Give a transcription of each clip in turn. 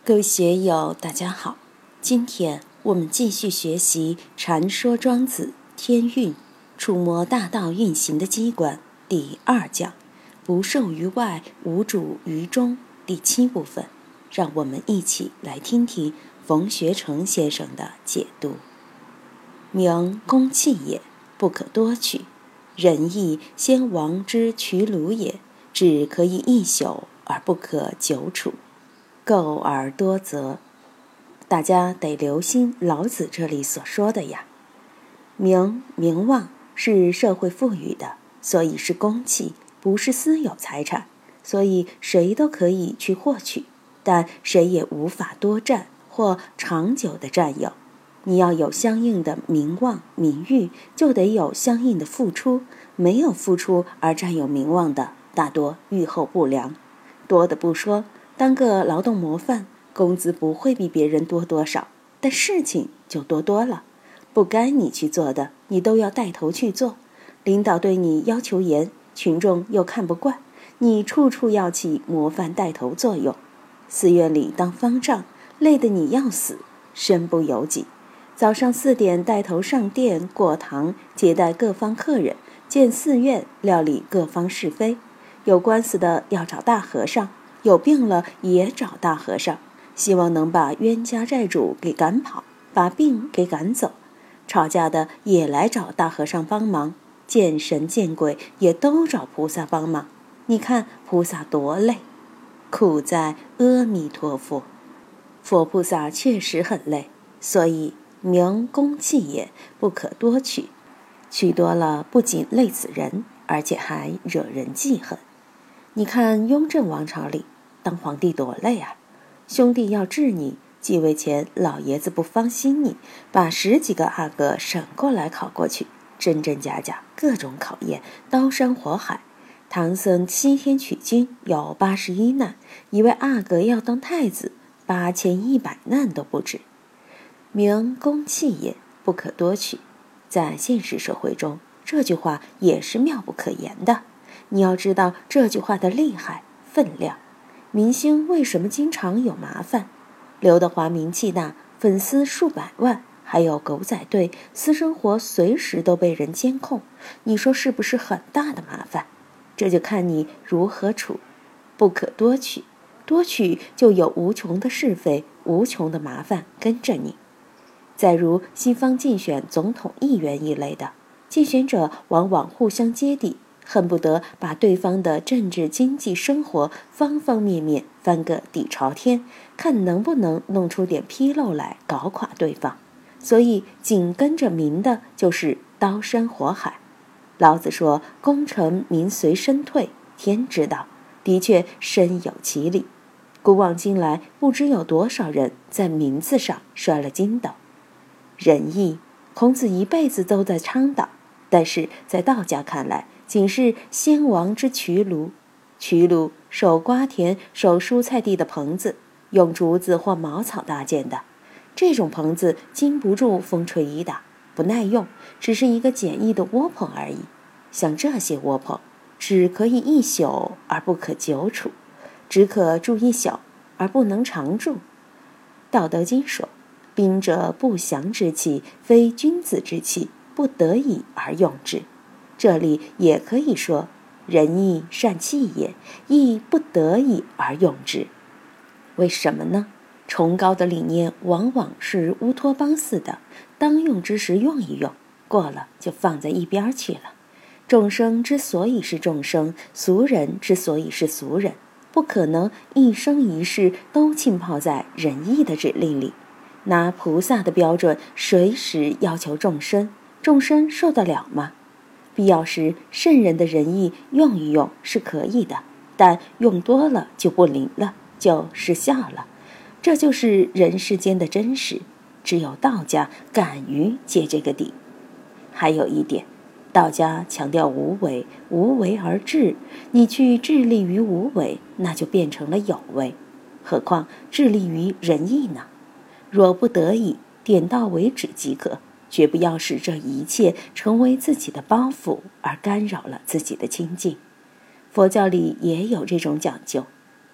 各位学友大家好，今天我们继续学习禅说庄子天运触摸大道运行的机关第2讲，不受于外，无主于中第7部分，让我们一起来听听冯学成先生的解读。名公器也，不可多取，仁义先王之取鲁也，只可以一宿而不可久处，构而多则。大家得留心老子这里所说的呀。名望是社会赋予的，所以是公器，不是私有财产，所以谁都可以去获取，但谁也无法多占或长久的占有。你要有相应的名望名誉，就得有相应的付出，没有付出而占有名望的，大多预后不良。多的不说，当个劳动模范，工资不会比别人多多少，但事情就多了。不该你去做的，你都要带头去做。领导对你要求严，群众又看不惯，你处处要起模范带头作用。寺院里当方丈，累得你要死，身不由己。早上4点带头上殿过堂，接待各方客人，建寺院，料理各方是非。有官司的要找大和尚，有病了也找大和尚，希望能把冤家债主给赶跑，把病给赶走。吵架的也来找大和尚帮忙，见神见鬼也都找菩萨帮忙。你看菩萨多累，苦在阿弥陀佛。佛菩萨确实很累，所以名公器也，不可多取，取多了不仅累死人，而且还惹人记恨。你看雍正王朝里当皇帝多累啊，兄弟要治你，继位前老爷子不放心你，把10几个阿哥审过来考过去，真真假假，各种考验，刀山火海。唐僧7天取经有81难，一位阿哥要当太子，8100难都不止。名公器也，不可多取，在现实社会中，这句话也是妙不可言的。你要知道这句话的厉害分量。明星为什么经常有麻烦？刘德华名气大，粉丝数百万，还有狗仔队，私生活随时都被人监控，你说是不是很大的麻烦？这就看你如何处。不可多取，多取就有无穷的是非，无穷的麻烦跟着你。再如西方竞选总统议员一类的，竞选者往往互相揭底，恨不得把对方的政治经济生活方方面面翻个底朝天，看能不能弄出点纰漏来搞垮对方。所以紧跟着民的就是刀山火海。老子说功成名随身退，天知道，的确深有其理。古往今来，不知有多少人在名字上摔了筋斗。仁义，孔子一辈子都在倡导，但是在道家看来，仅是先王之渠庐。渠庐，守瓜田、守蔬菜地的棚子，用竹子或茅草搭建的。这种棚子经不住风吹雨打，不耐用，只是一个简易的窝棚而已。像这些窝棚，只可以一宿而不可久处，只可住一宿而不能常住。道德经说，兵者不祥之器，非君子之器，不得已而用之。这里也可以说，仁义善器也，亦不得已而用之。为什么呢？崇高的理念往往是乌托邦似的，当用之时用一用，过了就放在一边去了。众生之所以是众生，俗人之所以是俗人，不可能一生一世都浸泡在仁义的指令里。拿菩萨的标准随时要求众生，众生受得了吗？必要时圣人的仁义用一用是可以的，但用多了就不灵了，就失效了。这就是人世间的真实，只有道家敢于接这个底。还有一点，道家强调无为，无为而治，你去致力于无为，那就变成了有为，何况致力于仁义呢？若不得已，点到为止即可，绝不要使这一切成为自己的包袱，而干扰了自己的清净。佛教里也有这种讲究，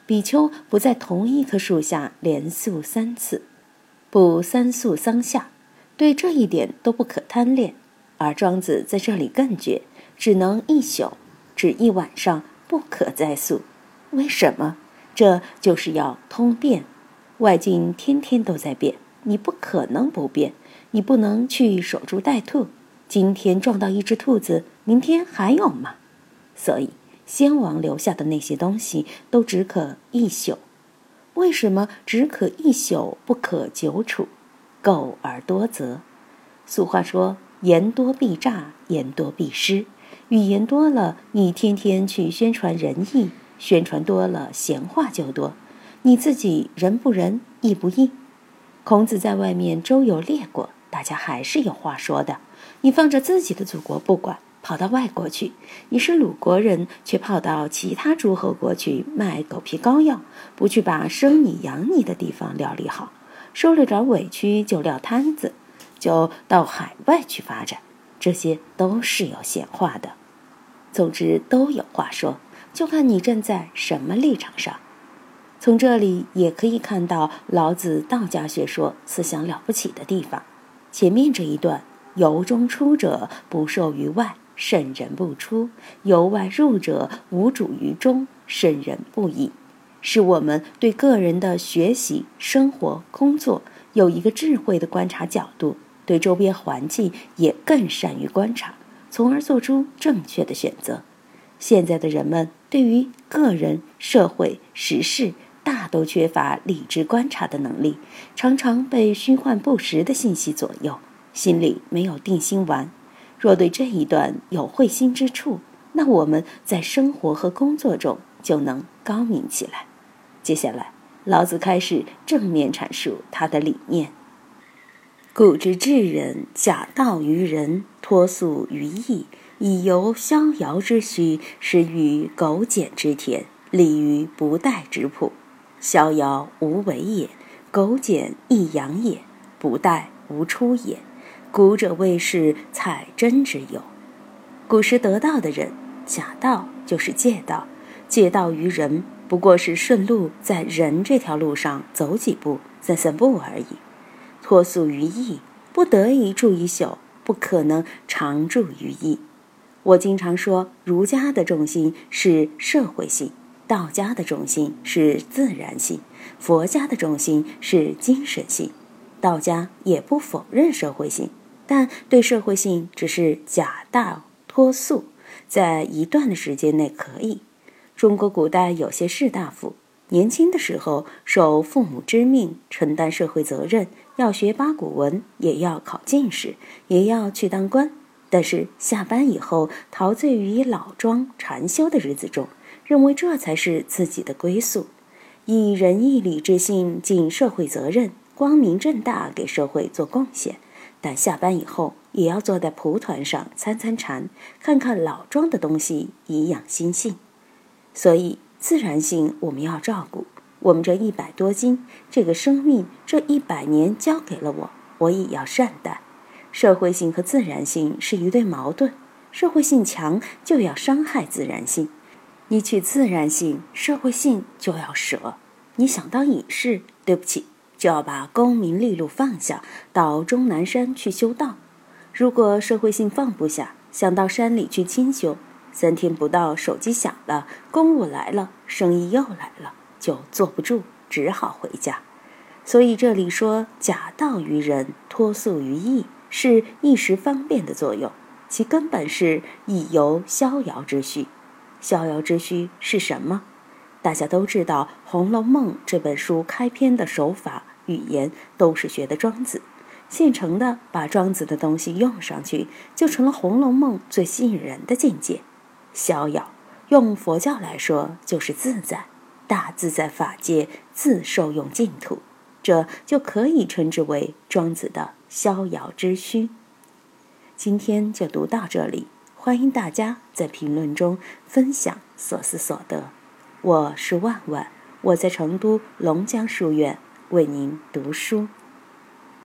比丘不在同一棵树下连宿3次，不3宿桑下，对这一点都不可贪恋。而庄子在这里更绝，只能1宿，只1晚上，不可再宿。为什么？这就是要通变。外境天天都在变，你不可能不变，你不能去守株待兔。今天撞到一只兔子，明天还有吗？所以先王留下的那些东西都只可1宿。为什么只可1宿，不可久处？苟而多责。俗话说，言多必诈，言多必失。语言多了，你天天去宣传仁义，宣传多了，闲话就多。你自己仁不仁，义不义？孔子在外面周游列国，大家还是有话说的。你放着自己的祖国不管，跑到外国去，你是鲁国人，却跑到其他诸侯国去卖狗皮膏药，不去把生你养你的地方料理好，受了点委屈就撂摊子，就到海外去发展，这些都是有闲话的。总之都有话说，就看你站在什么立场上。从这里也可以看到老子道家学说思想了不起的地方。前面这一段，由中出者不受于外，圣人不出；由外入者无主于中，圣人不已，是我们对个人的学习、生活、工作有一个智慧的观察角度，对周边环境也更善于观察，从而做出正确的选择。现在的人们对于个人、社会、时事大都缺乏理智观察的能力，常常被虚幻不实的信息左右，心里没有定心丸。若对这一段有会心之处，那我们在生活和工作中就能高明起来。接下来，老子开始正面阐述他的理念。古之至人，假道于人，脱俗于义，以游逍遥之虚，施于苟简之田，立于不殆之朴。逍遥无为也，苟简亦养也，不殆无出也。古者谓是采真之有。古时得道的人，假道就是借道，借道于人，不过是顺路在人这条路上走几步、散散步而已。脱俗于义，不得已住1宿，不可能常住于义。我经常说，儒家的重心是社会性，道家的重心是自然性，佛家的重心是精神性。道家也不否认社会性，但对社会性只是假道脱俗，在一段的时间内可以。中国古代有些士大夫，年轻的时候受父母之命，承担社会责任，要学八股文，也要考进士，也要去当官。但是下班以后，陶醉于老庄禅修的日子中，认为这才是自己的归宿，以仁义礼智信尽社会责任，光明正大给社会做贡献。但下班以后，也要坐在蒲团上参参禅，看看老庄的东西，以养心性。所以自然性我们要照顾，我们这100多斤，这个生命，这100年交给了我，我也要善待。社会性和自然性是一对矛盾，社会性强就要伤害自然性，你取自然性，社会性就要舍。你想当隐士，对不起，就要把功名利禄放下，到终南山去修道。如果社会性放不下，想到山里去清修，3天不到，手机响了，公务来了，生意又来了，就坐不住，只好回家。所以这里说假道于人，脱俗于义，是一时方便的作用，其根本是以游逍遥之虚。逍遥之虚是什么？大家都知道，《红楼梦》这本书开篇的手法、语言都是学的庄子，现成的把庄子的东西用上去，就成了《红楼梦》最吸引人的境界。逍遥，用佛教来说就是自在，大自在法界，自受用净土，这就可以称之为庄子的逍遥之虚。今天就读到这里，欢迎大家在评论中分享所思所得。我是万万，我在成都龙江书院为您读书。